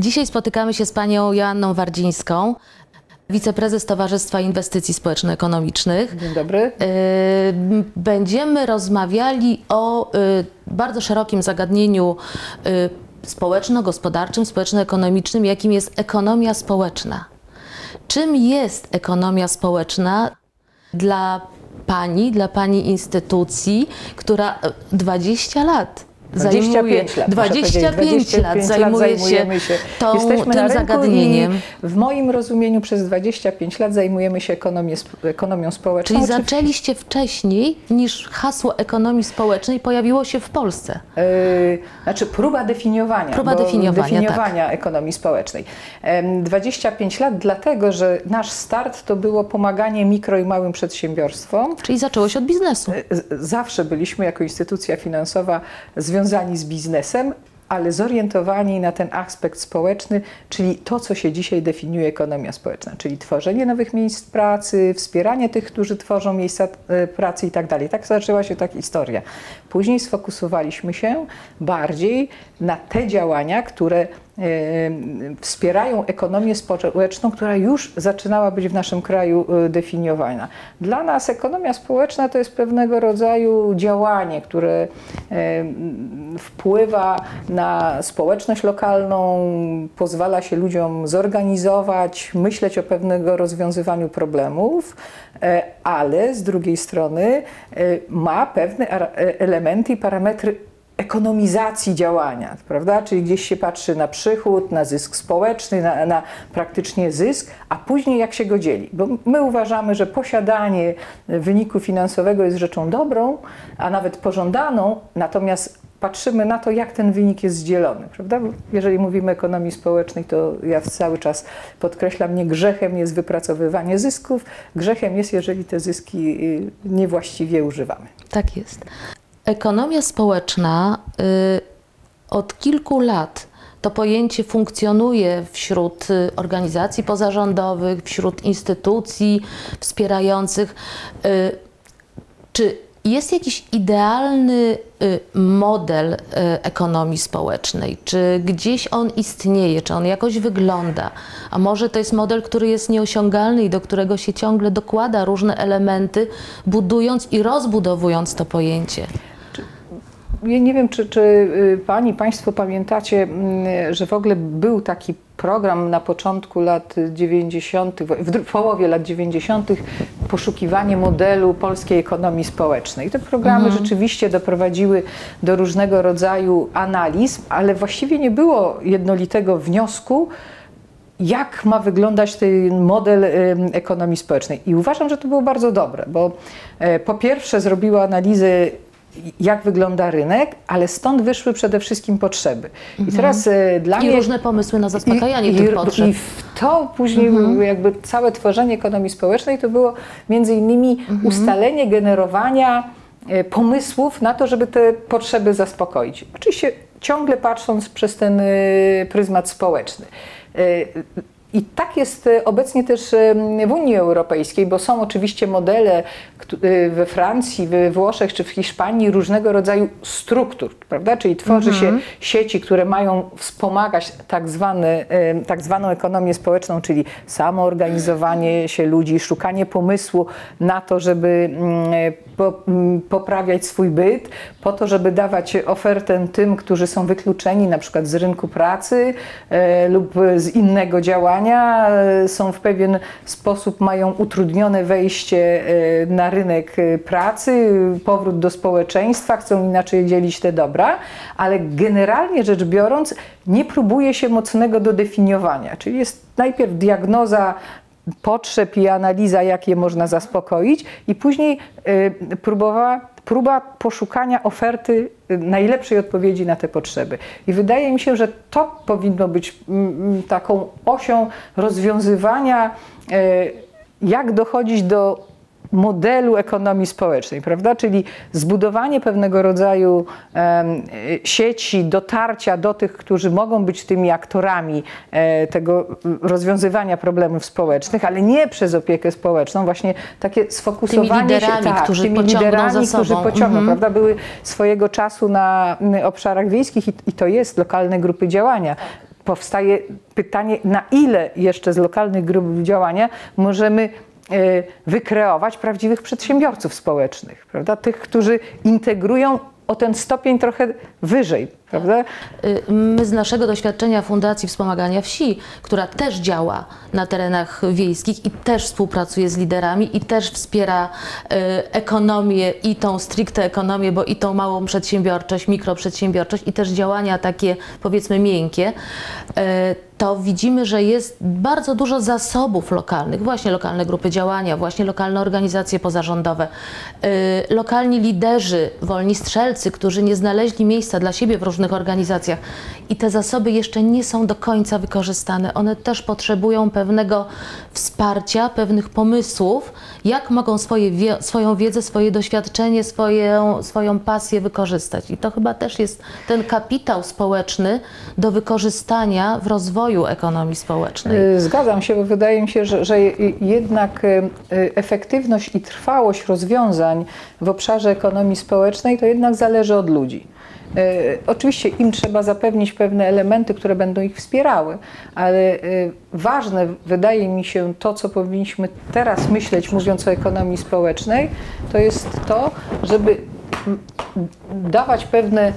Dzisiaj spotykamy się z panią Joanną Wardzińską, wiceprezes Towarzystwa Inwestycji Społeczno-Ekonomicznych. Dzień dobry. Będziemy rozmawiali o bardzo szerokim zagadnieniu społeczno-gospodarczym, społeczno-ekonomicznym, jakim jest ekonomia społeczna. Czym jest ekonomia społeczna dla pani instytucji, która 20 lat 25 lat zajmujemy się tym zagadnieniem. W moim rozumieniu przez 25 lat zajmujemy się ekonomią społeczną. Czyli zaczęliście wcześniej niż hasło ekonomii społecznej pojawiło się w Polsce. Znaczy próba definiowania ekonomii społecznej. 25 lat dlatego, że nasz start to było pomaganie mikro i małym przedsiębiorstwom. Czyli zaczęło się od biznesu. Zawsze byliśmy jako instytucja finansowa związani z biznesem, ale zorientowani na ten aspekt społeczny, czyli to, co się dzisiaj definiuje ekonomia społeczna, czyli tworzenie nowych miejsc pracy, wspieranie tych, którzy tworzą miejsca pracy i tak dalej. Tak zaczęła się ta historia. Później sfokusowaliśmy się bardziej na te działania, które wspierają ekonomię społeczną, która już zaczynała być w naszym kraju definiowana. Dla nas ekonomia społeczna to jest pewnego rodzaju działanie, które wpływa na społeczność lokalną, pozwala się ludziom zorganizować, myśleć o pewnego rozwiązywaniu problemów, ale z drugiej strony ma pewne elementy i parametry ekonomizacji działania, prawda? Czyli gdzieś się patrzy na przychód, na zysk społeczny, na praktycznie zysk, a później jak się go dzieli. Bo my uważamy, że posiadanie wyniku finansowego jest rzeczą dobrą, a nawet pożądaną, natomiast patrzymy na to, jak ten wynik jest zdzielony, prawda? Bo jeżeli mówimy o ekonomii społecznej, to ja cały czas podkreślam, nie grzechem jest wypracowywanie zysków, grzechem jest, jeżeli te zyski niewłaściwie używamy. Tak jest. Ekonomia społeczna od kilku lat to pojęcie funkcjonuje wśród organizacji pozarządowych, wśród instytucji wspierających. Czy jest jakiś idealny model ekonomii społecznej? Czy gdzieś on istnieje? Czy on jakoś wygląda? A może to jest model, który jest nieosiągalny i do którego się ciągle dokłada różne elementy, budując i rozbudowując to pojęcie? Ja nie wiem, czy Państwo pamiętacie, że w ogóle był taki program na początku lat 90., w połowie lat 90., poszukiwanie modelu polskiej ekonomii społecznej. Te programy rzeczywiście doprowadziły do różnego rodzaju analiz, ale właściwie nie było jednolitego wniosku, jak ma wyglądać ten model ekonomii społecznej. I uważam, że to było bardzo dobre, bo po pierwsze zrobiło analizę, jak wygląda rynek, ale stąd wyszły przede wszystkim potrzeby. I teraz dla mnie... I różne pomysły na zaspokajanie tych potrzeb. I w to później jakby całe tworzenie ekonomii społecznej to było między innymi ustalenie generowania pomysłów na to, żeby te potrzeby zaspokoić. Oczywiście ciągle patrząc przez ten pryzmat społeczny. I tak jest obecnie też w Unii Europejskiej, bo są oczywiście modele we Francji, we Włoszech czy w Hiszpanii różnego rodzaju struktur, prawda? Czyli tworzy się sieci, które mają wspomagać tak zwaną ekonomię społeczną, czyli samoorganizowanie się ludzi, szukanie pomysłu na to, żeby poprawiać swój byt, po to, żeby dawać ofertę tym, którzy są wykluczeni na przykład z rynku pracy lub z innego działania, są w pewien sposób, mają utrudnione wejście na rynek pracy, powrót do społeczeństwa, chcą inaczej dzielić te dobra, ale generalnie rzecz biorąc nie próbuje się mocnego dodefiniowania, czyli jest najpierw diagnoza potrzeb i analiza, jak je można zaspokoić i później próba poszukania oferty najlepszej odpowiedzi na te potrzeby. I wydaje mi się, że to powinno być taką osią rozwiązywania, jak dochodzić do modelu ekonomii społecznej, prawda? Czyli zbudowanie pewnego rodzaju sieci dotarcia do tych, którzy mogą być tymi aktorami tego rozwiązywania problemów społecznych, ale nie przez opiekę społeczną, właśnie takie sfokusowanie tymi liderami, się, którzy pociągną, prawda? Były swojego czasu na obszarach wiejskich i to jest lokalne grupy działania. powstaje pytanie, na ile jeszcze z lokalnych grup działania możemy wykreować prawdziwych przedsiębiorców społecznych, prawda? Tych, którzy integrują o ten stopień trochę wyżej, prawda? My z naszego doświadczenia Fundacji Wspomagania Wsi, która też działa na terenach wiejskich i też współpracuje z liderami i też wspiera ekonomię i tą stricte ekonomię, bo i tą małą przedsiębiorczość, mikroprzedsiębiorczość i też działania takie, powiedzmy, miękkie, to widzimy, że jest bardzo dużo zasobów lokalnych, właśnie lokalne grupy działania, właśnie lokalne organizacje pozarządowe, lokalni liderzy, wolni strzelcy, którzy nie znaleźli miejsca dla siebie w różnych organizacjach i te zasoby jeszcze nie są do końca wykorzystane. One też potrzebują pewnego wsparcia, pewnych pomysłów, jak mogą swoją wiedzę, swoje doświadczenie, swoją pasję wykorzystać. I to chyba też jest ten kapitał społeczny do wykorzystania w rozwoju ekonomii społecznej. Zgadzam się, bo wydaje mi się, że jednak efektywność i trwałość rozwiązań w obszarze ekonomii społecznej to jednak zależy od ludzi. Oczywiście im trzeba zapewnić pewne elementy, które będą ich wspierały, ale ważne wydaje mi się to, co powinniśmy teraz myśleć, mówiąc o ekonomii społecznej, to jest to, żeby dawać pewne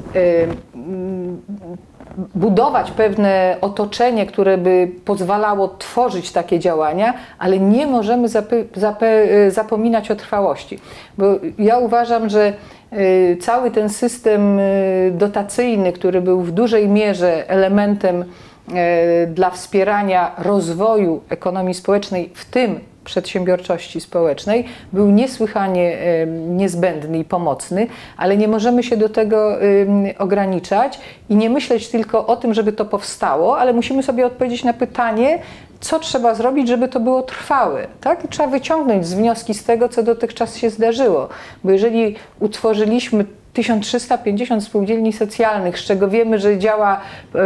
budować pewne otoczenie, które by pozwalało tworzyć takie działania, ale nie możemy zapominać o trwałości. Bo ja uważam, że cały ten system dotacyjny, który był w dużej mierze elementem dla wspierania rozwoju ekonomii społecznej, w tym przedsiębiorczości społecznej, był niesłychanie niezbędny i pomocny, ale nie możemy się do tego ograniczać i nie myśleć tylko o tym, żeby to powstało, ale musimy sobie odpowiedzieć na pytanie, co trzeba zrobić, żeby to było trwałe, tak? I trzeba wyciągnąć wnioski z tego, co dotychczas się zdarzyło, bo jeżeli utworzyliśmy 1350 spółdzielni socjalnych, z czego wiemy, że działa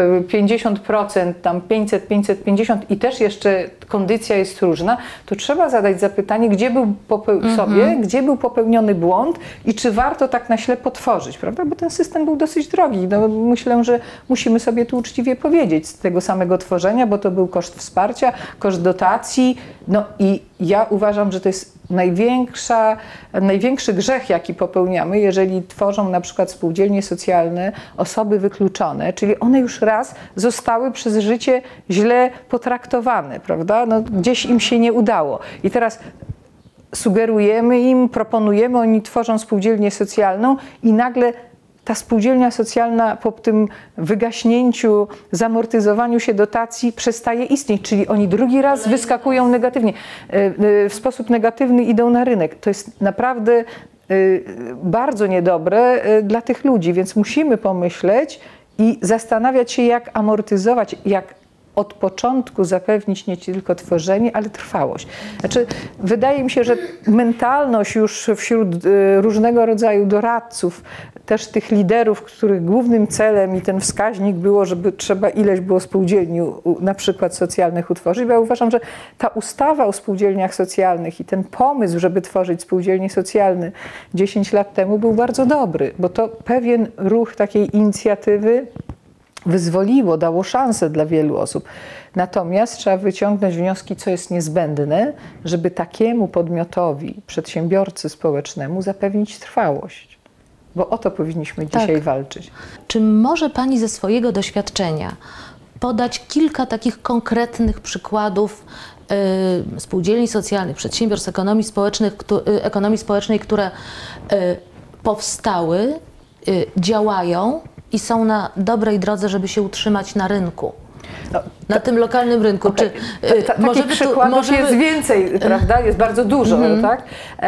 50%, tam 500, 550 i też jeszcze kondycja jest różna, to trzeba zadać zapytanie, gdzie był popełniony błąd i czy warto tak na ślepo tworzyć, prawda? Bo ten system był dosyć drogi. No, myślę, że musimy sobie tu uczciwie powiedzieć z tego samego tworzenia, bo to był koszt wsparcia, koszt dotacji. No i ja uważam, że to jest największy grzech, jaki popełniamy, jeżeli tworzą na przykład spółdzielnie socjalne osoby wykluczone, czyli one już raz zostały przez życie źle potraktowane, prawda? No, gdzieś im się nie udało. I teraz sugerujemy im, proponujemy, oni tworzą spółdzielnię socjalną i nagle ta spółdzielnia socjalna po tym wygaśnięciu, zamortyzowaniu się dotacji przestaje istnieć, czyli oni drugi raz wyskakują negatywnie, w sposób negatywny idą na rynek. To jest naprawdę bardzo niedobre dla tych ludzi, więc musimy pomyśleć i zastanawiać się, jak amortyzować, jak od początku zapewnić nie tylko tworzenie, ale trwałość. Znaczy, wydaje mi się, że mentalność już wśród różnego rodzaju doradców, też tych liderów, których głównym celem i ten wskaźnik było, żeby trzeba ileś było spółdzielni na przykład socjalnych utworzyć, bo ja uważam, że ta ustawa o spółdzielniach socjalnych i ten pomysł, żeby tworzyć spółdzielnie socjalne 10 lat temu był bardzo dobry, bo to pewien ruch takiej inicjatywy wyzwoliło, dało szansę dla wielu osób. Natomiast trzeba wyciągnąć wnioski, co jest niezbędne, żeby takiemu podmiotowi, przedsiębiorcy społecznemu zapewnić trwałość. Bo o to powinniśmy dzisiaj walczyć. Czy może Pani ze swojego doświadczenia podać kilka takich konkretnych przykładów spółdzielni socjalnych, przedsiębiorstw ekonomii społecznej, które powstały, działają i są na dobrej drodze, żeby się utrzymać na rynku? Na tym lokalnym rynku. Okay. Takich przykładów jest więcej, prawda? Jest bardzo dużo, tak?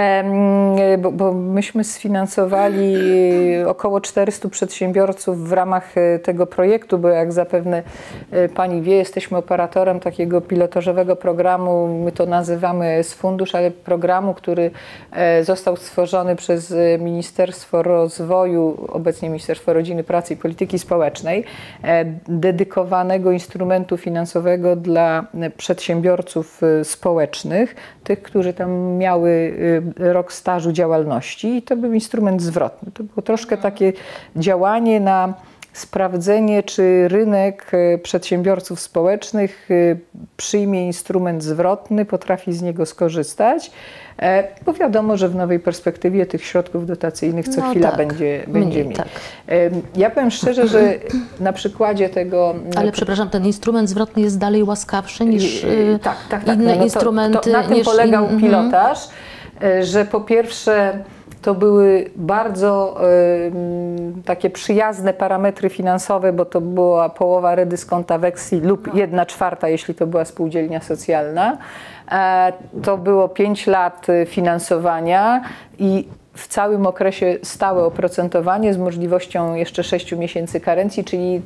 Bo myśmy sfinansowali około 400 przedsiębiorców w ramach tego projektu, bo jak zapewne Pani wie, jesteśmy operatorem takiego pilotażowego programu, my to nazywamy S-Fundusz, ale programu, który został stworzony przez Ministerstwo Rozwoju, obecnie Ministerstwo Rodziny, Pracy i Polityki Społecznej, dedykowanego instrumentu finansowego dla przedsiębiorców społecznych, tych, którzy tam miały rok stażu działalności i to był instrument zwrotny. To było troszkę takie działanie na sprawdzenie, czy rynek przedsiębiorców społecznych przyjmie instrument zwrotny, potrafi z niego skorzystać, bo wiadomo, że w nowej perspektywie tych środków dotacyjnych co chwila będzie mniej. Tak. Ja powiem szczerze, że na przykładzie tego... Ale przepraszam, ten instrument zwrotny jest dalej łaskawszy niż inne instrumenty. To na tym polegał pilotaż, że po pierwsze to były bardzo takie przyjazne parametry finansowe, bo to była połowa redyskonta weksli lub 1/4, jeśli to była spółdzielnia socjalna. To było 5 lat finansowania i w całym okresie stałe oprocentowanie z możliwością jeszcze 6 miesięcy karencji, czyli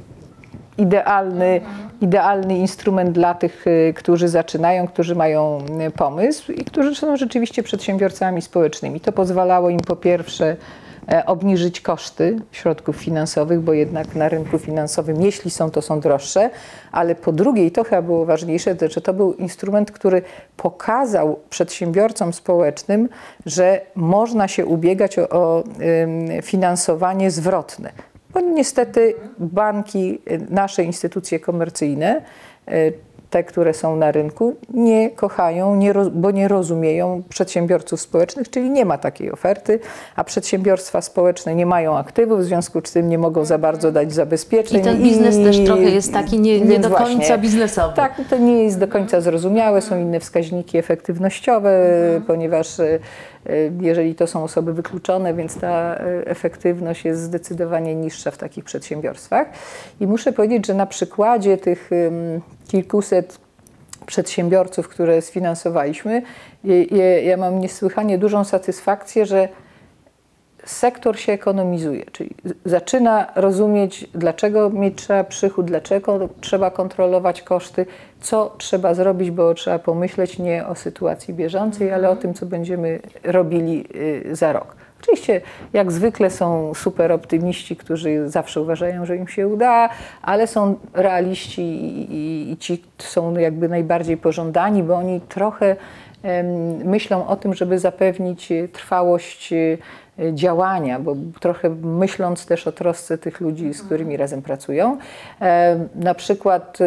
idealny instrument dla tych, którzy zaczynają, którzy mają pomysł i którzy są rzeczywiście przedsiębiorcami społecznymi. To pozwalało im po pierwsze obniżyć koszty środków finansowych, bo jednak na rynku finansowym, jeśli są, to są droższe, ale po drugie, i to chyba było ważniejsze, że to był instrument, który pokazał przedsiębiorcom społecznym, że można się ubiegać o finansowanie zwrotne. Bo niestety banki, nasze instytucje komercyjne, te, które są na rynku, nie kochają, bo nie rozumieją przedsiębiorców społecznych, czyli nie ma takiej oferty, a przedsiębiorstwa społeczne nie mają aktywów, w związku z tym nie mogą za bardzo dać zabezpieczeń. I ten biznes też trochę jest taki nie do końca biznesowy. Tak, to nie jest do końca zrozumiałe, są inne wskaźniki efektywnościowe, ponieważ jeżeli to są osoby wykluczone, więc ta efektywność jest zdecydowanie niższa w takich przedsiębiorstwach. I muszę powiedzieć, że na przykładzie tych kilkuset przedsiębiorców, które sfinansowaliśmy, ja mam niesłychanie dużą satysfakcję, że sektor się ekonomizuje, czyli zaczyna rozumieć, dlaczego mieć trzeba przychód, dlaczego trzeba kontrolować koszty, co trzeba zrobić, bo trzeba pomyśleć nie o sytuacji bieżącej, ale o tym, co będziemy robili za rok. Oczywiście, jak zwykle są super optymiści, którzy zawsze uważają, że im się uda, ale są realiści i ci są jakby najbardziej pożądani, bo oni trochę myślą o tym, żeby zapewnić trwałość działania, bo trochę myśląc też o trosce tych ludzi, z którymi razem pracują. Na przykład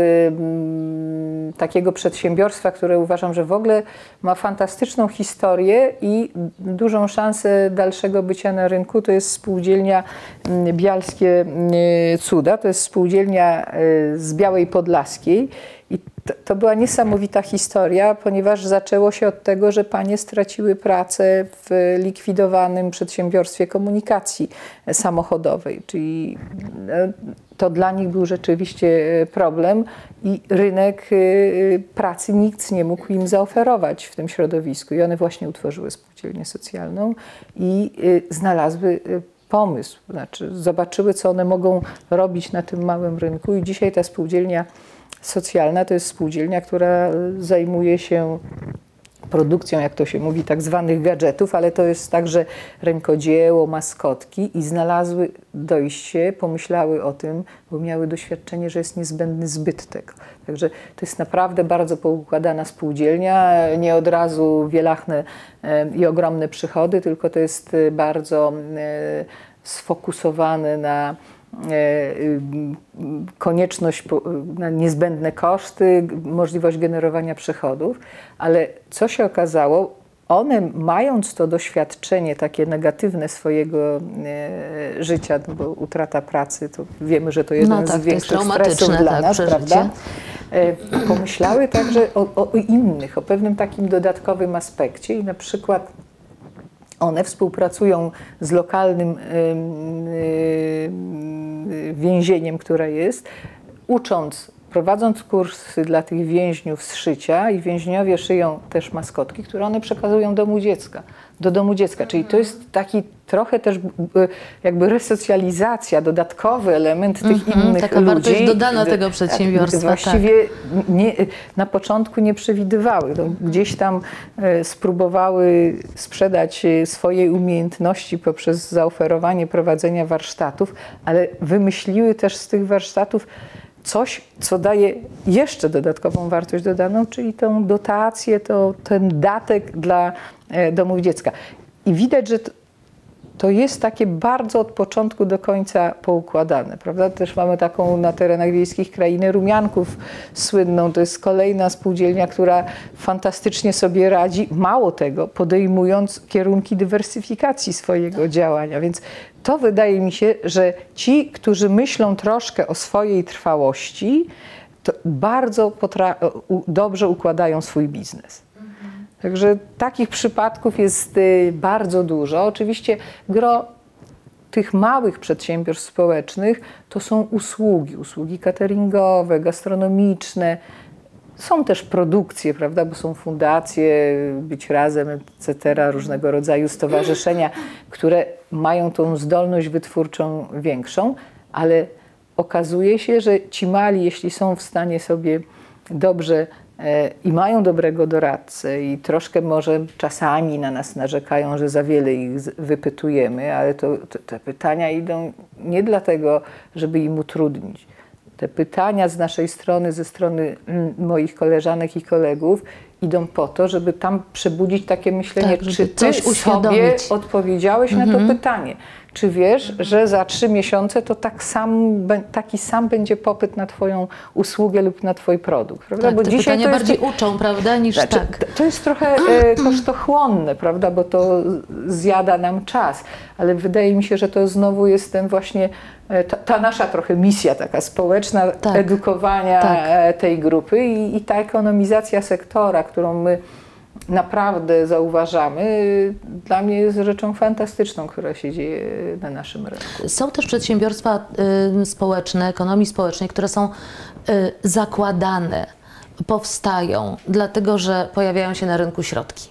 takiego przedsiębiorstwa, które uważam, że w ogóle ma fantastyczną historię i dużą szansę dalszego bycia na rynku, to jest spółdzielnia Bialskie Cuda. To jest spółdzielnia z Białej Podlaskiej. I to była niesamowita historia, ponieważ zaczęło się od tego, że panie straciły pracę w likwidowanym przedsiębiorstwie komunikacji samochodowej, czyli to dla nich był rzeczywiście problem i rynek pracy nikt nie mógł im zaoferować w tym środowisku. I one właśnie utworzyły spółdzielnię socjalną i znalazły pomysł, znaczy zobaczyły, co one mogą robić na tym małym rynku i dzisiaj ta spółdzielnia socjalna to jest spółdzielnia, która zajmuje się produkcją, jak to się mówi, tak zwanych gadżetów, ale to jest także rękodzieło, maskotki i znalazły dojście, pomyślały o tym, bo miały doświadczenie, że jest niezbędny zbyt tego. Także to jest naprawdę bardzo poukładana spółdzielnia, nie od razu wielachne i ogromne przychody, tylko to jest bardzo sfokusowane na konieczność, na niezbędne koszty, możliwość generowania przychodów, ale co się okazało, one mając to doświadczenie takie negatywne swojego życia, no bo utrata pracy, to wiemy, że to jeden z większych stresów dla nas, prawda? Pomyślały także o innych, o pewnym takim dodatkowym aspekcie i na przykład one współpracują z lokalnym więzieniem, które jest, prowadząc kursy dla tych więźniów z szycia i więźniowie szyją też maskotki, które one przekazują do domu dziecka. Czyli to jest taki trochę też jakby resocjalizacja, dodatkowy element tych innych taka ludzi. Wartość dodana tego przedsiębiorstwa. Właściwie na początku nie przewidywały. No, gdzieś tam spróbowały sprzedać swoje umiejętności poprzez zaoferowanie prowadzenia warsztatów, ale wymyśliły też z tych warsztatów coś, co daje jeszcze dodatkową wartość dodaną, czyli tą dotację, ten datek dla domów dziecka. I widać, że to jest takie bardzo od początku do końca poukładane, prawda? Też mamy taką na terenach wiejskich krainę rumianków słynną. To jest kolejna spółdzielnia, która fantastycznie sobie radzi, mało tego, podejmując kierunki dywersyfikacji swojego działania. Więc to wydaje mi się, że ci, którzy myślą troszkę o swojej trwałości, to bardzo dobrze układają swój biznes. Także takich przypadków jest bardzo dużo. Oczywiście gro tych małych przedsiębiorstw społecznych to są usługi cateringowe, gastronomiczne. Są też produkcje, prawda, bo są fundacje, Być Razem, etc., różnego rodzaju stowarzyszenia, które mają tą zdolność wytwórczą większą, ale okazuje się, że ci mali, jeśli są w stanie sobie dobrze i mają dobrego doradcę i troszkę może czasami na nas narzekają, że za wiele ich wypytujemy, ale te pytania idą nie dlatego, żeby im utrudnić. Te pytania z naszej strony, ze strony moich koleżanek i kolegów idą po to, żeby tam przebudzić takie myślenie, tak, czy ty sobie odpowiedziałeś na to pytanie. Czy wiesz, że za 3 miesiące to taki sam będzie popyt na twoją usługę lub na twój produkt, prawda? Tak, bo te dzisiaj pytania bardziej uczą, prawda, niż tak. To jest trochę kosztochłonne, prawda, bo to zjada nam czas, ale wydaje mi się, że to znowu jest ten właśnie ta nasza trochę misja taka społeczna, edukowania tej grupy i ta ekonomizacja sektora, którą my naprawdę zauważamy, dla mnie jest rzeczą fantastyczną, która się dzieje na naszym rynku. Są też przedsiębiorstwa społeczne, ekonomii społecznej, które są zakładane, powstają, dlatego że pojawiają się na rynku środki.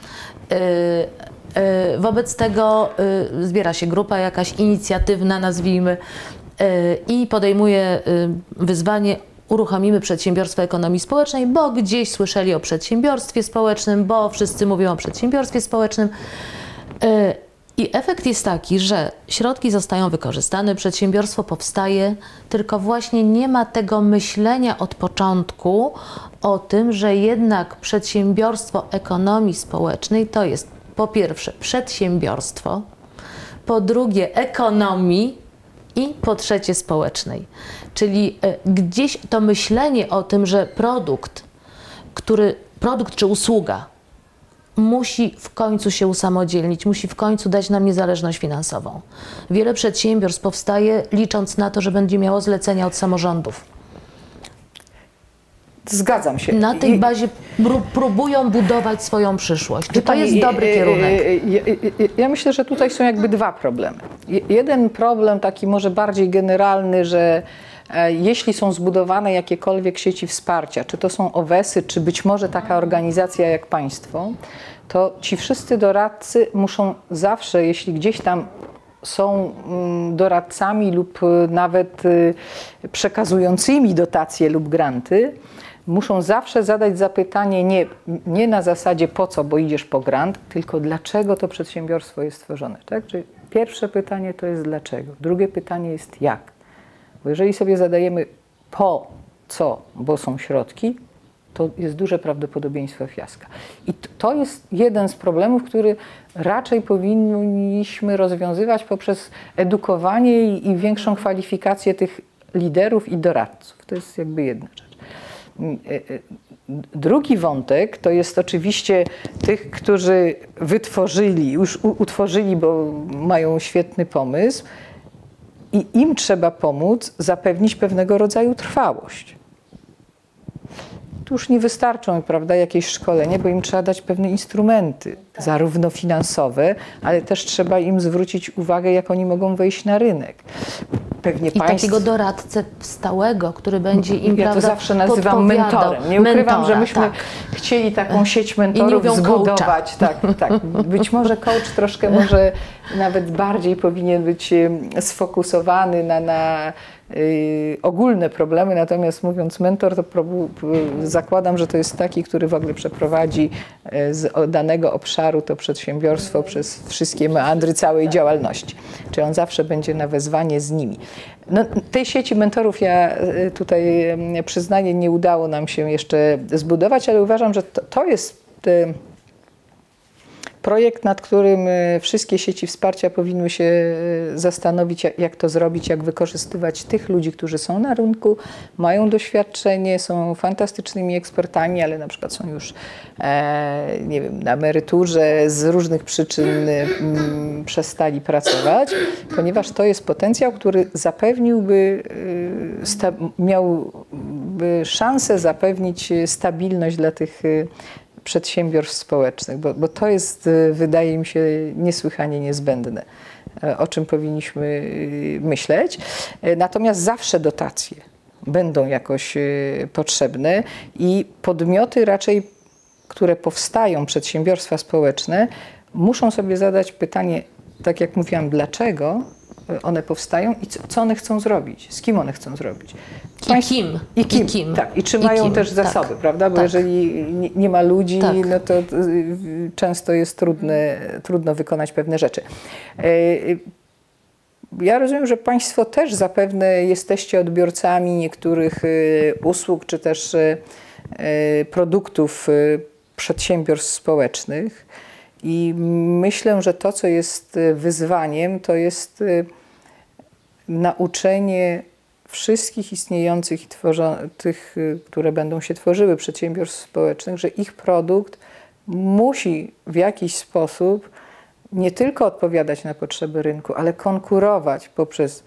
Wobec tego zbiera się grupa jakaś inicjatywna, nazwijmy, i podejmuje wyzwanie: uruchomimy przedsiębiorstwo ekonomii społecznej, bo gdzieś słyszeli o przedsiębiorstwie społecznym, bo wszyscy mówią o przedsiębiorstwie społecznym. I efekt jest taki, że środki zostają wykorzystane, przedsiębiorstwo powstaje, tylko właśnie nie ma tego myślenia od początku o tym, że jednak przedsiębiorstwo ekonomii społecznej to jest po pierwsze przedsiębiorstwo, po drugie ekonomii i po trzecie społecznej. Czyli gdzieś to myślenie o tym, że produkt czy usługa musi w końcu się usamodzielnić, musi w końcu dać nam niezależność finansową. Wiele przedsiębiorstw powstaje licząc na to, że będzie miało zlecenia od samorządów. Zgadzam się. Na tej bazie próbują budować swoją przyszłość. Czy to jest dobry kierunek? Ja myślę, że tutaj są jakby dwa problemy. Jeden problem taki może bardziej generalny, że jeśli są zbudowane jakiekolwiek sieci wsparcia, czy to są OWES-y, czy być może taka organizacja jak państwo, to ci wszyscy doradcy muszą zawsze, jeśli gdzieś tam są doradcami lub nawet przekazującymi dotacje lub granty, muszą zawsze zadać zapytanie nie na zasadzie po co, bo idziesz po grant, tylko dlaczego to przedsiębiorstwo jest stworzone. Tak? Czyli pierwsze pytanie to jest dlaczego, drugie pytanie jest jak. Bo jeżeli sobie zadajemy po co, bo są środki, to jest duże prawdopodobieństwo fiaska. I to jest jeden z problemów, który raczej powinniśmy rozwiązywać poprzez edukowanie i większą kwalifikację tych liderów i doradców. To jest jakby jedna rzecz. Drugi wątek to jest oczywiście tych, którzy wytworzyli, już utworzyli, bo mają świetny pomysł i im trzeba pomóc zapewnić pewnego rodzaju trwałość. Tu już nie wystarczą, prawda, jakieś szkolenie, bo im trzeba dać pewne instrumenty, zarówno finansowe, ale też trzeba im zwrócić uwagę, jak oni mogą wejść na rynek. Pewnie takiego doradcę stałego, który będzie im, ja to zawsze nazywam mentorem. Nie ukrywam, że myśmy chcieli taką sieć mentorów zbudować. Tak. Być może coach troszkę może nawet bardziej powinien być sfokusowany na ogólne problemy, natomiast mówiąc mentor, to zakładam, że to jest taki, który w ogóle przeprowadzi z danego obszaru to przedsiębiorstwo przez wszystkie meandry całej działalności. Czyli on zawsze będzie na wezwanie z nimi. No, tej sieci mentorów ja tutaj przyznaję, nie udało nam się jeszcze zbudować, ale uważam, że to jest projekt, nad którym wszystkie sieci wsparcia powinny się zastanowić, jak to zrobić, jak wykorzystywać tych ludzi, którzy są na rynku, mają doświadczenie, są fantastycznymi ekspertami, ale na przykład są już nie wiem, na emeryturze, z różnych przyczyn przestali pracować, ponieważ to jest potencjał, który zapewniłby, miałby szansę zapewnić stabilność dla tych przedsiębiorstw społecznych, bo to jest, wydaje mi się, niesłychanie niezbędne, o czym powinniśmy myśleć. Natomiast zawsze dotacje będą jakoś potrzebne i podmioty raczej, które powstają, przedsiębiorstwa społeczne, muszą sobie zadać pytanie, tak jak mówiłam, dlaczego one powstają i co one chcą zrobić, z kim one chcą zrobić. I kim. Tak, i czy mają też zasoby, tak, prawda? Bo jeżeli nie ma ludzi, tak, no to często jest trudno wykonać pewne rzeczy. Ja rozumiem, że Państwo też zapewne jesteście odbiorcami niektórych usług czy też produktów przedsiębiorstw społecznych i myślę, że to, co jest wyzwaniem, to jest nauczenie wszystkich istniejących i tych, które będą się tworzyły, przedsiębiorstw społecznych, że ich produkt musi w jakiś sposób nie tylko odpowiadać na potrzeby rynku, ale konkurować poprzez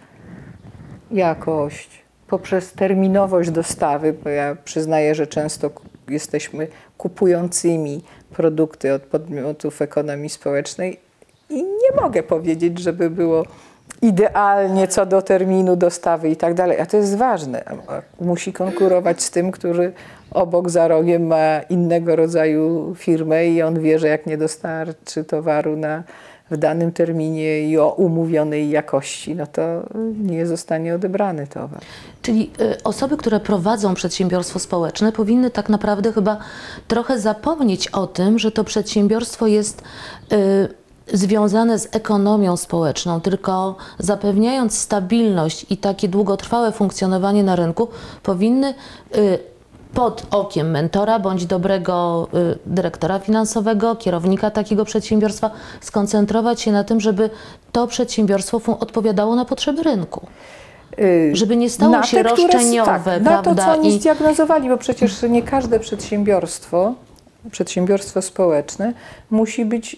jakość, poprzez terminowość dostawy, bo ja przyznaję, że często jesteśmy kupującymi produkty od podmiotów ekonomii społecznej i nie mogę powiedzieć, żeby było idealnie co do terminu dostawy i tak dalej, a to jest ważne. Musi konkurować z tym, który obok za rogiem ma innego rodzaju firmę i on wie, że jak nie dostarczy towaru w danym terminie i o umówionej jakości, no to nie zostanie odebrany towar. Czyli osoby, które prowadzą przedsiębiorstwo społeczne, powinny tak naprawdę chyba trochę zapomnieć o tym, że to przedsiębiorstwo jest związane z ekonomią społeczną, tylko zapewniając stabilność i takie długotrwałe funkcjonowanie na rynku, powinny pod okiem mentora bądź dobrego dyrektora finansowego, kierownika takiego przedsiębiorstwa skoncentrować się na tym, żeby to przedsiębiorstwo odpowiadało na potrzeby rynku. Żeby nie stało się roszczeniowe, tak, prawda? Na to, co oni zdiagnozowali, bo przecież nie każde przedsiębiorstwo społeczne musi być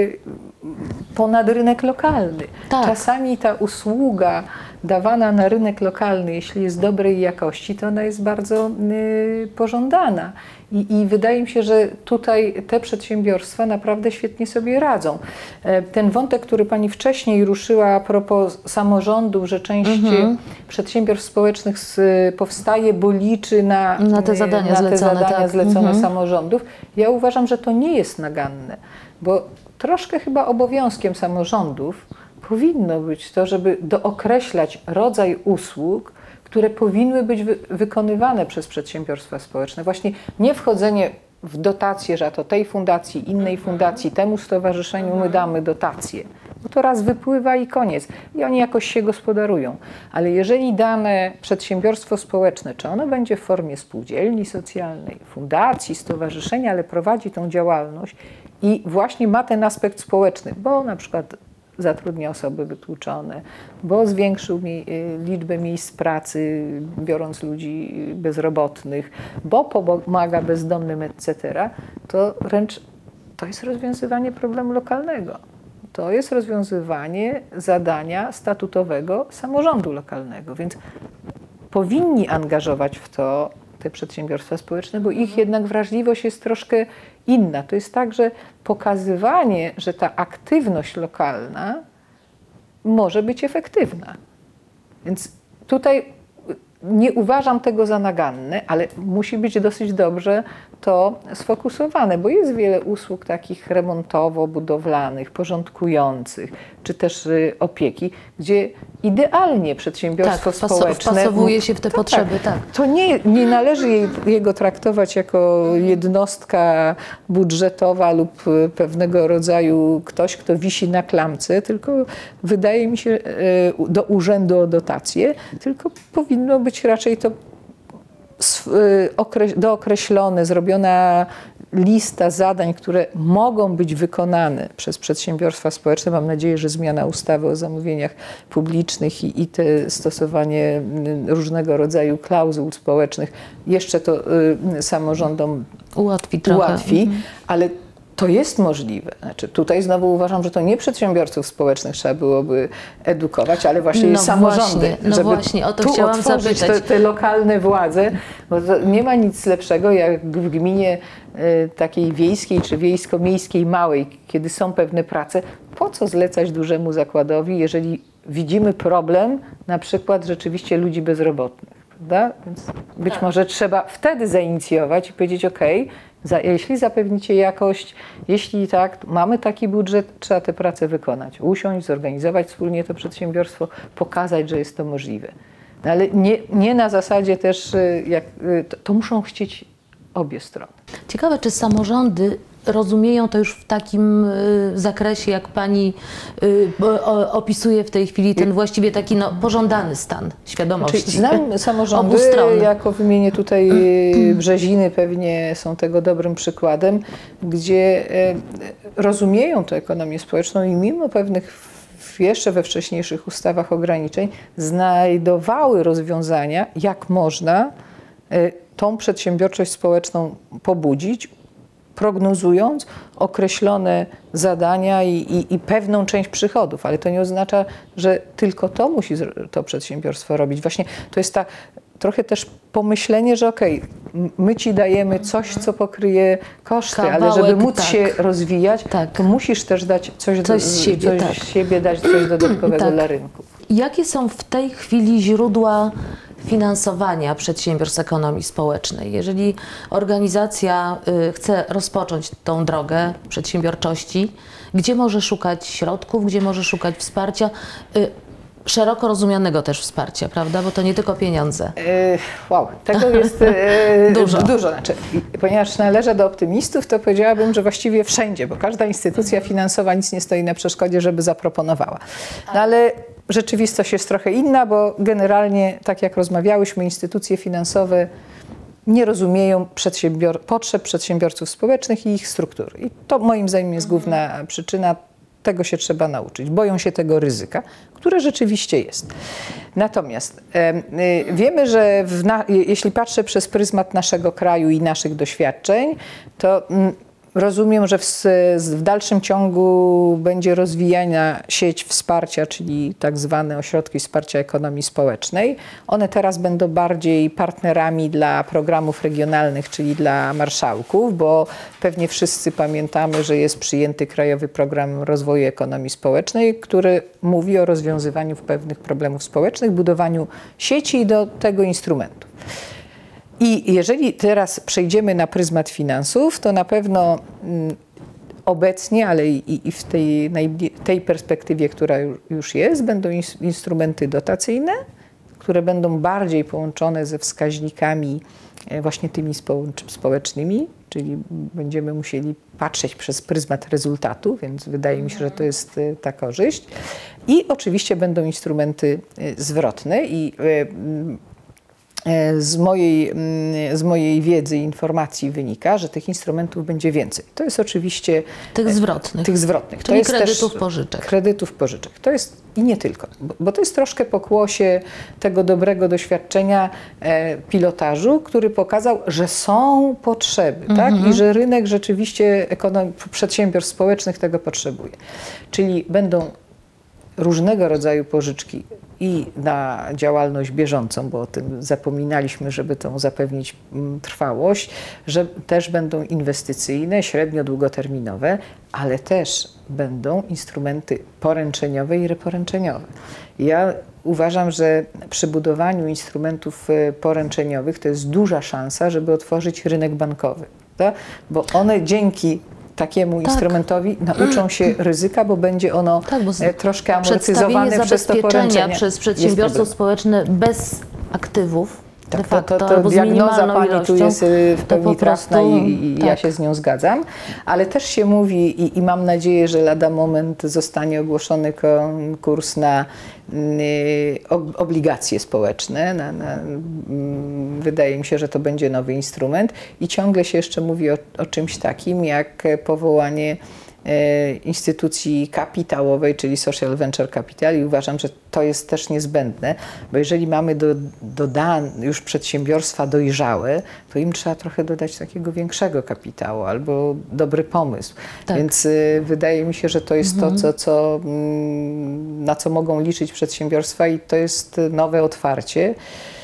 ponad rynek lokalny. Tak. Czasami ta usługa dawana na rynek lokalny, jeśli jest dobrej jakości, to ona jest bardzo pożądana. I wydaje mi się, że tutaj te przedsiębiorstwa naprawdę świetnie sobie radzą. Ten wątek, który Pani wcześniej ruszyła a propos samorządów, że część przedsiębiorstw społecznych powstaje, bo liczy na te zadania zlecone samorządów. Ja uważam, że to nie jest naganne, bo troszkę chyba obowiązkiem samorządów powinno być to, żeby dookreślać rodzaj usług, które powinny być wykonywane przez przedsiębiorstwa społeczne. Właśnie nie wchodzenie w dotacje, że to tej fundacji, innej fundacji, temu stowarzyszeniu my damy dotację. Bo to raz wypływa i koniec. I oni jakoś się gospodarują. Ale jeżeli dane przedsiębiorstwo społeczne, czy ono będzie w formie spółdzielni socjalnej, fundacji, stowarzyszenia, ale prowadzi tą działalność i właśnie ma ten aspekt społeczny, bo na przykład zatrudnia osoby wykluczone, bo zwiększył liczbę miejsc pracy, biorąc ludzi bezrobotnych, bo pomaga bezdomnym, etc., to wręcz to jest rozwiązywanie problemu lokalnego. To jest rozwiązywanie zadania statutowego samorządu lokalnego, więc powinni angażować w to te przedsiębiorstwa społeczne, bo ich jednak wrażliwość jest troszkę inna. To jest tak, że pokazywanie, że ta aktywność lokalna może być efektywna. Więc tutaj nie uważam tego za naganne, ale musi być dosyć dobrze to sfokusowane, bo jest wiele usług takich remontowo-budowlanych, porządkujących, czy też opieki, gdzie idealnie przedsiębiorstwo społeczne wpasowuje się w te potrzeby. Tak. To nie należy jego traktować jako jednostka budżetowa lub pewnego rodzaju ktoś, kto wisi na klamce, tylko wydaje mi się do urzędu o dotację, tylko powinno być raczej to dookreślone, zrobiona lista zadań, które mogą być wykonane przez przedsiębiorstwa społeczne. Mam nadzieję, że zmiana ustawy o zamówieniach publicznych i te stosowanie różnego rodzaju klauzul społecznych jeszcze to samorządom Ułatwi trochę. Ale to jest możliwe. Znaczy, tutaj znowu uważam, że to nie przedsiębiorców społecznych trzeba byłoby edukować, ale właśnie samorządy. No właśnie, o to tu chciałam otworzyć zapytać. te lokalne władze, bo nie ma nic lepszego, jak w gminie takiej wiejskiej czy wiejsko-miejskiej małej, kiedy są pewne prace, po co zlecać dużemu zakładowi, jeżeli widzimy problem, na przykład rzeczywiście ludzi bezrobotnych, prawda? Więc być może trzeba wtedy zainicjować i powiedzieć, jeśli zapewnicie jakość, jeśli tak, mamy taki budżet, trzeba tę pracę wykonać. Usiąść, zorganizować wspólnie to przedsiębiorstwo, pokazać, że jest to możliwe. No ale nie na zasadzie też, to muszą chcieć obie strony. Ciekawe, czy samorządy rozumieją to już w takim zakresie, jak pani opisuje w tej chwili, ten właściwie taki pożądany stan świadomości. Znam samorządy, jako wymienię tutaj Brzeziny, pewnie są tego dobrym przykładem, gdzie rozumieją tę ekonomię społeczną i mimo pewnych jeszcze we wcześniejszych ustawach ograniczeń znajdowały rozwiązania, jak można tą przedsiębiorczość społeczną pobudzić, prognozując określone zadania i pewną część przychodów, ale to nie oznacza, że tylko to musi to przedsiębiorstwo robić. Właśnie to jest trochę też pomyślenie, że my ci dajemy coś, co pokryje koszty, Kawałek, ale żeby móc się rozwijać, to musisz też dać coś z siebie, dać coś dodatkowego dla rynku. Jakie są w tej chwili źródła finansowania przedsiębiorstw ekonomii społecznej? Jeżeli organizacja chce rozpocząć tą drogę przedsiębiorczości, gdzie może szukać środków, gdzie może szukać wsparcia? Szeroko rozumianego też wsparcia, prawda? Bo to nie tylko pieniądze. Tego jest dużo. Znaczy, ponieważ należę do optymistów, to powiedziałabym, że właściwie wszędzie, bo każda instytucja finansowa nic nie stoi na przeszkodzie, żeby zaproponowała. No ale rzeczywistość jest trochę inna, bo generalnie, tak jak rozmawiałyśmy, instytucje finansowe nie rozumieją potrzeb przedsiębiorców społecznych i ich struktury. I to moim zdaniem jest główna przyczyna. Tego się trzeba nauczyć. Boją się tego ryzyka, które rzeczywiście jest. Natomiast wiemy, że jeśli patrzę przez pryzmat naszego kraju i naszych doświadczeń, to rozumiem, że w dalszym ciągu będzie rozwijana sieć wsparcia, czyli tak zwane ośrodki wsparcia ekonomii społecznej. One teraz będą bardziej partnerami dla programów regionalnych, czyli dla marszałków, bo pewnie wszyscy pamiętamy, że jest przyjęty Krajowy Program Rozwoju Ekonomii Społecznej, który mówi o rozwiązywaniu pewnych problemów społecznych, budowaniu sieci do tego instrumentu. I jeżeli teraz przejdziemy na pryzmat finansów, to na pewno obecnie, ale i w tej perspektywie, która już jest, będą instrumenty dotacyjne, które będą bardziej połączone ze wskaźnikami właśnie tymi społecznymi, czyli będziemy musieli patrzeć przez pryzmat rezultatu, więc wydaje mi się, że to jest ta korzyść. I oczywiście będą instrumenty zwrotne i z mojej wiedzy i informacji wynika, że tych instrumentów będzie więcej. To jest oczywiście... Tych zwrotnych. Czyli to jest kredytów, pożyczek. Kredytów, pożyczek. To jest i nie tylko, bo to jest troszkę pokłosie tego dobrego doświadczenia pilotażu, który pokazał, że są potrzeby, tak? I że rynek rzeczywiście przedsiębiorstw społecznych tego potrzebuje. Czyli będą różnego rodzaju pożyczki i na działalność bieżącą, bo o tym zapominaliśmy, żeby tą zapewnić trwałość, że też będą inwestycyjne, średnio-długoterminowe, ale też będą instrumenty poręczeniowe i reporęczeniowe. Ja uważam, że przy budowaniu instrumentów poręczeniowych to jest duża szansa, żeby otworzyć rynek bankowy, prawda? Bo one dzięki takiemu instrumentowi nauczą się ryzyka, bo będzie ono troszkę amortyzowane przez to poręczenie. Przez przedsiębiorstwo społeczne bez aktywów de facto, to albo z diagnoza minimalną pani tu ilością, jest w to pełni po trafna prostu, i ja tak. się z nią zgadzam, ale też się mówi i mam nadzieję, że lada moment zostanie ogłoszony konkurs na obligacje społeczne. Wydaje mi się, że to będzie nowy instrument i ciągle się jeszcze mówi o czymś takim jak powołanie instytucji kapitałowej, czyli Social Venture Capital i uważam, że to jest też niezbędne, bo jeżeli mamy już przedsiębiorstwa dojrzałe, to im trzeba trochę dodać takiego większego kapitału albo dobry pomysł. Tak. Więc wydaje mi się, że to jest to, na co mogą liczyć przedsiębiorstwa i to jest nowe otwarcie.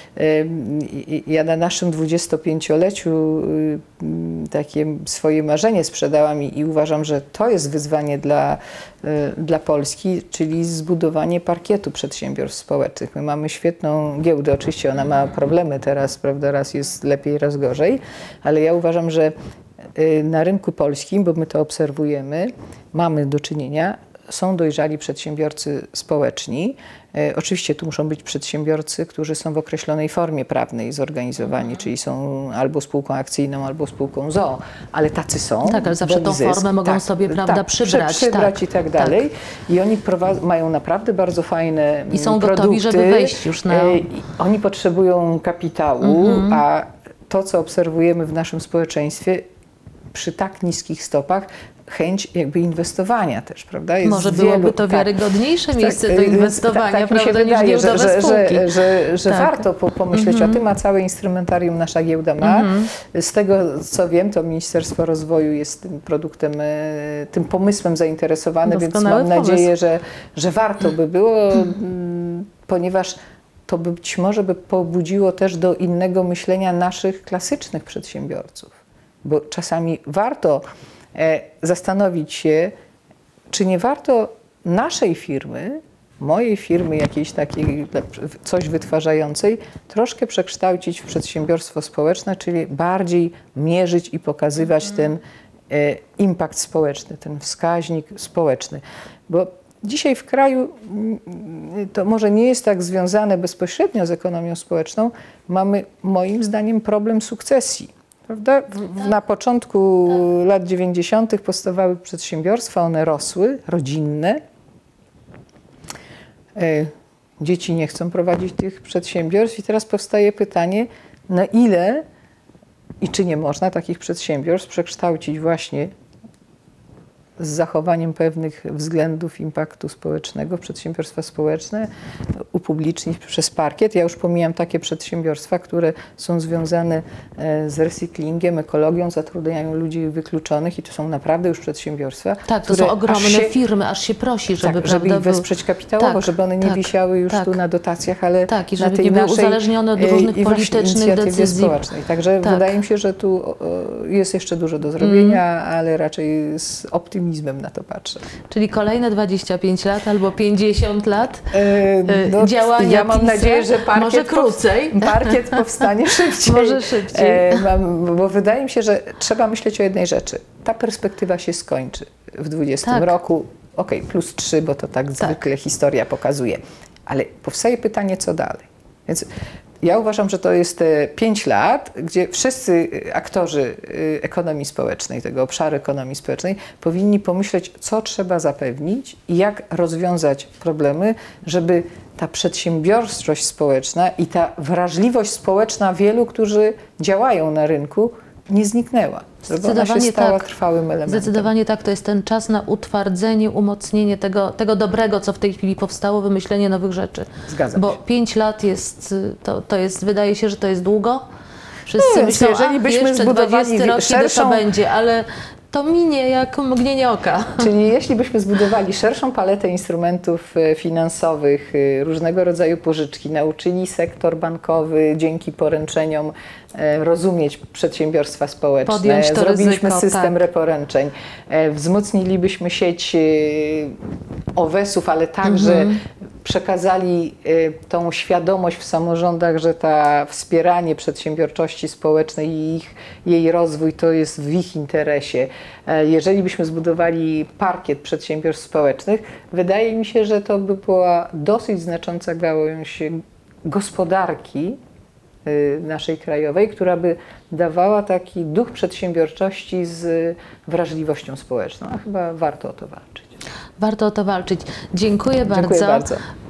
Ja na naszym 25-leciu takie swoje marzenie sprzedałam i uważam, że to jest wyzwanie dla Polski, czyli zbudowanie parkietu przedsiębiorstw społecznych. My mamy świetną giełdę, oczywiście ona ma problemy teraz, prawda, raz jest lepiej, raz gorzej, ale ja uważam, że na rynku polskim, bo my to obserwujemy, mamy do czynienia, są dojrzali przedsiębiorcy społeczni. Oczywiście tu muszą być przedsiębiorcy, którzy są w określonej formie prawnej zorganizowani, czyli są albo spółką akcyjną, albo spółką z o.o., ale tacy są. Tak, ale zawsze tą formę mogą sobie, prawda, przybrać. Przybrać i tak dalej. I oni mają naprawdę bardzo fajne i są produkty. gotowi, żeby wejść już na... Oni potrzebują kapitału, a to, co obserwujemy w naszym społeczeństwie, przy tak niskich stopach, chęć jakby inwestowania też, prawda? Jest może byłoby to wiarygodniejsze miejsce do inwestowania, tak mi się prawda, wydaje, niż giełdowe spółki. że warto pomyśleć o tym, a całe instrumentarium nasza giełda ma. Z tego, co wiem, to Ministerstwo Rozwoju jest tym produktem, tym pomysłem zainteresowane, więc mam nadzieję, że warto by było, ponieważ to być może by pobudziło też do innego myślenia naszych klasycznych przedsiębiorców. Bo czasami warto zastanowić się, czy nie warto naszej firmy, mojej firmy jakiejś takiej coś wytwarzającej, troszkę przekształcić w przedsiębiorstwo społeczne, czyli bardziej mierzyć i pokazywać ten impact społeczny, ten wskaźnik społeczny. Bo dzisiaj w kraju, to może nie jest tak związane bezpośrednio z ekonomią społeczną, mamy moim zdaniem problem sukcesji. Prawda? Na początku lat 90. powstawały przedsiębiorstwa, one rosły, rodzinne. Dzieci nie chcą prowadzić tych przedsiębiorstw i teraz powstaje pytanie, na ile i czy nie można takich przedsiębiorstw przekształcić właśnie z zachowaniem pewnych względów impaktu społecznego, przedsiębiorstwa społeczne, upublicznić przez parkiet. Ja już pomijam takie przedsiębiorstwa, które są związane z recyklingiem, ekologią, zatrudniają ludzi wykluczonych i to są naprawdę już przedsiębiorstwa. Tak, to są ogromne firmy, aż się prosi, żeby, tak, żeby ich wesprzeć kapitałowo, żeby one nie wisiały już tu na dotacjach, ale tak, i na żeby tej nie były naszej uzależnione od różnych politycznych decyzji społecznej. Także wydaje mi się, że tu jest jeszcze dużo do zrobienia, ale raczej z optymizmem na to patrzę. Czyli kolejne 25 lat albo 50 lat działania ja mam nadzieję, że może krócej. Parkiet powstanie szybciej. Może szybciej. Bo wydaje mi się, że trzeba myśleć o jednej rzeczy. Ta perspektywa się skończy w 2020 roku. Okej, +3, bo to tak zwykle historia pokazuje. Ale powstaje pytanie, co dalej? Więc ja uważam, że to jest 5 lat, gdzie wszyscy aktorzy ekonomii społecznej, tego obszaru ekonomii społecznej powinni pomyśleć, co trzeba zapewnić i jak rozwiązać problemy, żeby ta przedsiębiorczość społeczna i ta wrażliwość społeczna wielu, którzy działają na rynku, nie zniknęła. Żeby ona się stała trwałym elementem. Zdecydowanie tak, to jest ten czas na utwardzenie, umocnienie tego dobrego, co w tej chwili powstało, wymyślenie nowych rzeczy. Zgadzam Bo się. 5 lat to jest, wydaje się, że to jest długo. Wszyscy myślą, jeżeli byśmy jeszcze zbudowali 20 rok, szerszą... to będzie, ale to minie jak mgnienie oka. Czyli jeśli byśmy zbudowali szerszą paletę instrumentów finansowych, różnego rodzaju pożyczki, nauczyli sektor bankowy dzięki poręczeniom rozumieć przedsiębiorstwa społeczne, zrobiliśmy system reporęczeń, wzmocnilibyśmy sieć OWES-ów, ale także przekazali tą świadomość w samorządach, że ta wspieranie przedsiębiorczości społecznej i jej rozwój to jest w ich interesie. Jeżeli byśmy zbudowali parkiet przedsiębiorstw społecznych, wydaje mi się, że to by była dosyć znacząca gałąź gospodarki naszej krajowej, która by dawała taki duch przedsiębiorczości z wrażliwością społeczną, a chyba warto o to walczyć. Warto o to walczyć. Dziękuję bardzo. Dziękuję bardzo.